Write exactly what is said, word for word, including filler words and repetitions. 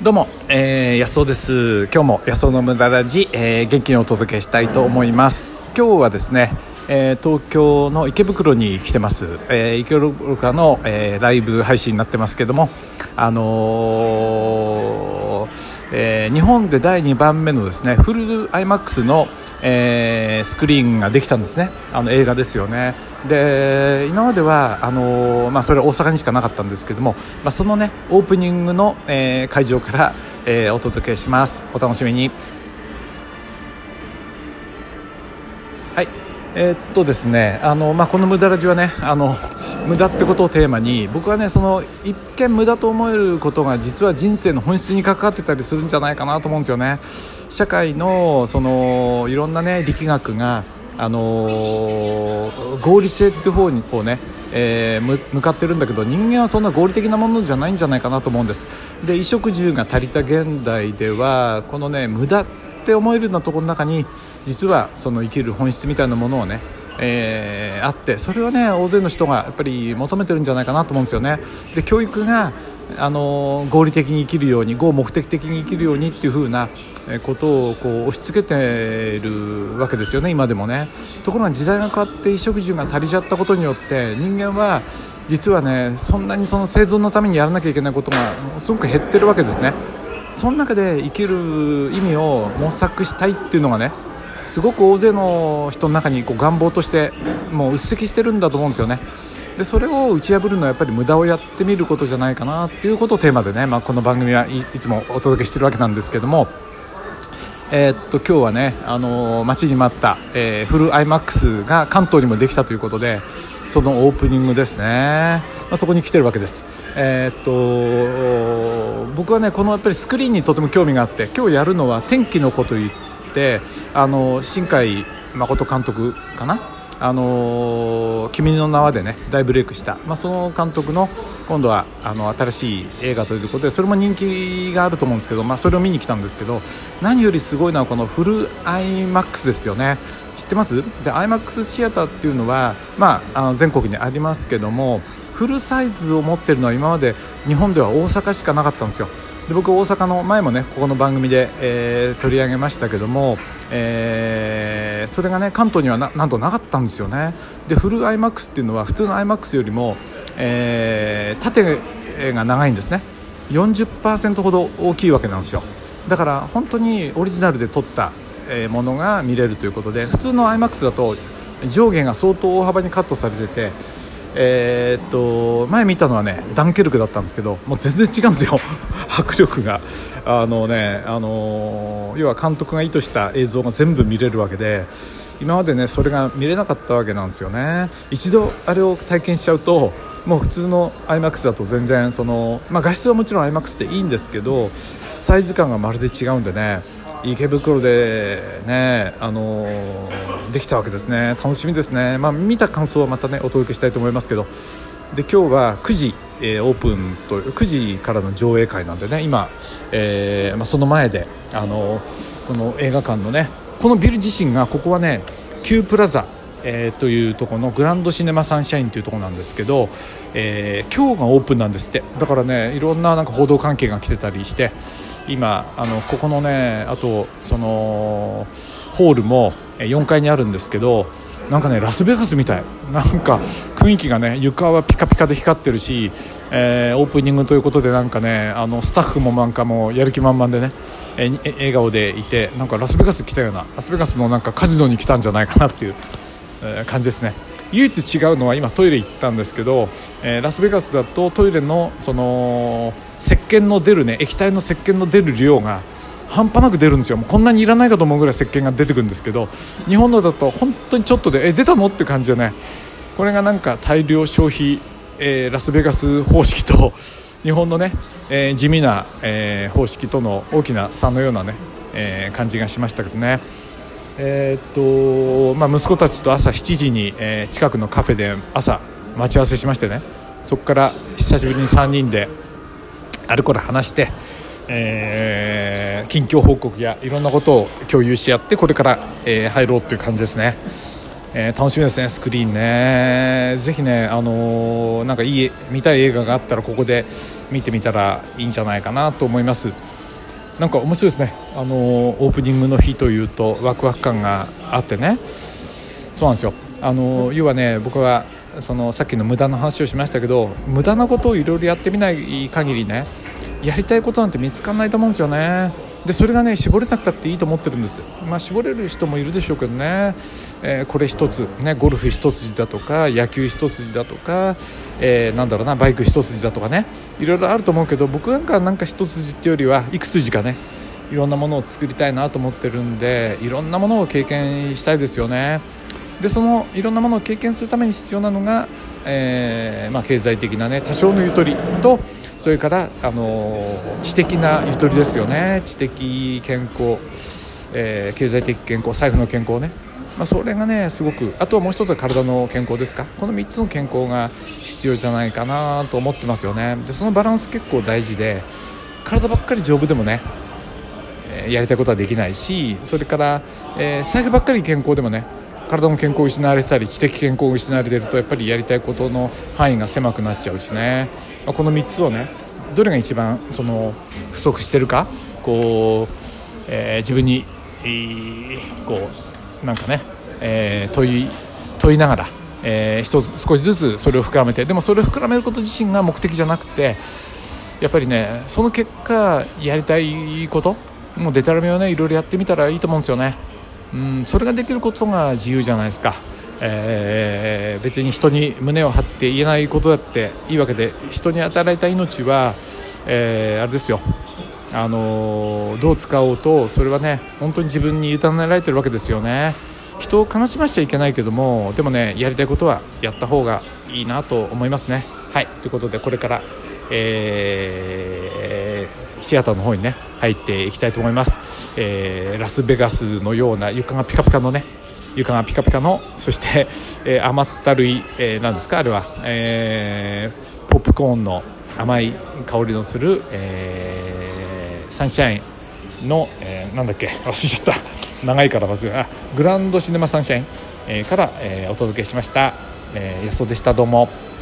どうも、えー、安尾です。今日も安尾の無駄ラジ、えー、元気にお届けしたいと思います。今日はですね、えー、東京の池袋に来てます。えー、池袋の、えー、ライブ配信になってますけども、あのーえー、日本でだいにばんめのですねフル アイマックス の、えー、スクリーンができたんですね。あの映画ですよね。で今まではあのーまあ、それは大阪にしかなかったんですけども、まあ、そのねオープニングの、えー、会場から、えー、お届けします。お楽しみに。はい、えー、っとですねあの、まあ、この無駄ラジはねあの無駄ってことをテーマに、僕はねその一見無駄と思えることが実は人生の本質に関わってたりするんじゃないかなと思うんですよね。社会のそのいろんなね力学があのー、合理性っていう方にこうね、えー、向かってるんだけど、人間はそんな合理的なものじゃないんじゃないかなと思うんです。で衣食住が足りた現代ではこのね無駄って思えるようなところの中に実はその生きる本質みたいなものをねえー、あって、それはね大勢の人がやっぱり求めてるんじゃないかなと思うんですよね。で教育があの合理的に生きるように、合目的的に生きるようにっていう風なことをこう押し付けているわけですよね、今でもね。ところが時代が変わって衣食住が足りちゃったことによって人間は実はねそんなにその生存のためにやらなきゃいけないことがすごく減ってるわけですね。その中で生きる意味を模索したいっていうのがねすごく大勢の人の中にこう願望としてもううっせきしてるんだと思うんですよね。でそれを打ち破るのはやっぱり無駄をやってみることじゃないかなっていうことをテーマでね、まあ、この番組はい、いつもお届けしてるわけなんですけども、えー、っと今日はね、あのー、待ちに待った、えー、フル アイマックス が関東にもできたということで、そのオープニングですね、まあ、そこに来てるわけです。えー、っと僕はねこのやっぱりスクリーンにとても興味があって、今日やるのは天気の子といってあの新海誠監督かな、あの君の名はでね大ブレイクした、まあ、その監督の今度はあの新しい映画ということで、それも人気があると思うんですけど、まあ、それを見に来たんですけど、何よりすごいのはこのフル アイマックス ですよね。知ってます？で アイマックス シアターっていうのは、まあ、あの全国にありますけども、フルサイズを持ってるのは今まで日本では大阪しかなかったんですよ。で僕大阪の前もねここの番組で、えー、取り上げましたけども、えー、それがね関東には な, なんとなかったんですよね。でフル アイマックス っていうのは普通の アイマックス よりも、えー、縦が長いんですね。 よんじゅっパーセント ほど大きいわけなんですよ。だから本当にオリジナルで撮ったものが見れるということで、普通の アイマックス だと上下が相当大幅にカットされてて、えー、っと前見たのはねダンケルクだったんですけど、もう全然違うんですよ迫力が。あのね、あの要は監督が意図した映像が全部見れるわけで、今までねそれが見れなかったわけなんですよね。一度あれを体験しちゃうともう普通の アイマックス だと全然その、まあ、画質はもちろん アイマックス でいいんですけど、サイズ感がまるで違うんでね、池袋でね、あのー、できたわけですね。楽しみですね。まあ、見た感想はまたねお届けしたいと思いますけど、で今日はくじ、えー、オープンとくじからの上映会なんでね、今、えーまあ、その前で、あのー、この映画館のねこのビル自身が、ここはね Q プラザ、えー、というところのグランドシネマサンシャインというところなんですけど、えー、今日がオープンなんですって。だからねいろんな、なんか報道関係が来てたりして、今あのここのねあとそのホールもよんかいにあるんですけど、なんかねラスベガスみたい、なんか雰囲気がね、床はピカピカで光ってるし、えー、オープニングということでなんかねあのスタッフもなんかもうやる気満々でね、えー、笑顔でいて、なんかラスベガス来たような、ラスベガスのなんかカジノに来たんじゃないかなっていう、えー、感じですね。唯一違うのは今トイレ行ったんですけど、えー、ラスベガスだとトイレのその石鹸の出るね液体の石鹸の出る量が半端なく出るんですよ。もうこんなにいらないかと思うぐらい石鹸が出てくるんですけど、日本のだと本当にちょっとでえ出たのって感じでね、これがなんか大量消費、えー、ラスベガス方式と日本のね、えー、地味な、えー、方式との大きな差のようなね、えー、感じがしましたけどね。えーっとまあ、息子たちと朝しちじに、えー、近くのカフェで朝待ち合わせしましてね、そこから久しぶりにさんにんであれこれ話して、えー、近況報告やいろんなことを共有し合って、これから、えー、入ろうという感じですね。えー、楽しみですね。スクリーンね、ぜひね、あのー、なんかいい見たい映画があったらここで見てみたらいいんじゃないかなと思います。 なんか面白いですね。あのオープニングの日というとワクワク感があってね、そうなんですよ。あの要はね、僕はそのさっきの無駄の話をしましたけど、無駄なことをいろいろやってみない限りね、やりたいことなんて見つからないと思うんですよね。でそれがね、絞れなくたっていいと思ってるんです。まあ絞れる人もいるでしょうけどね、えー、これ一つね、ゴルフ一筋だとか野球一筋だとか、えー、なんだろうなバイク一筋だとかね、いろいろあると思うけど、僕なんかなんか一筋っていうよりはいく筋かね、いろんなものを作りたいなと思ってるんで、いろんなものを経験したいですよね。でそのいろんなものを経験するために必要なのが、えーまあ、経済的なね多少のゆとりと、それから、あのー、知的なゆとりですよね。知的健康、えー、経済的健康、財布の健康ね、まあ、それがねすごく、あとはもう一つは体の健康ですか。このみっつの健康が必要じゃないかなと思ってますよね。でそのバランス結構大事で、体ばっかり丈夫でもね、えー、やりたいことはできないし、それから、えー、財布ばっかり健康でもね、体の健康を失われたり知的健康を失われていると、やっぱりやりたいことの範囲が狭くなっちゃうしね、まあ、このみっつをね、どれが一番その不足してるか、こう、えー、自分に、えー、こうなんかね、えー、問い問いながら、えー、一つ少しずつそれを膨らめて、でもそれを膨らめること自身が目的じゃなくて、やっぱりねその結果やりたいこともうデタラメをねいろいろやってみたらいいと思うんですよね。うん、それができることが自由じゃないですか。えー、別に人に胸を張って言えないことだっていいわけで、人に与えられた命は、えー、あれですよ、あのー、どう使おうとそれはね本当に自分に委ねられてるわけですよね。人を悲しましちゃいけないけども、でもねやりたいことはやった方がいいなと思いますね。はい、ということでこれから、えーシアターの方にね入っていきたいと思います。えー、ラスベガスのような床がピカピカのね床がピカピカの、そして、えー、甘ったるい、えー、なんですかあれは、えー、ポップコーンの甘い香りのする、えー、サンシャインの、えー、なんだっけ忘れちゃった長いから忘れたグランドシネマサンシャイン、えー、から、えー、お届けしました。えー、安尾でした。どうも。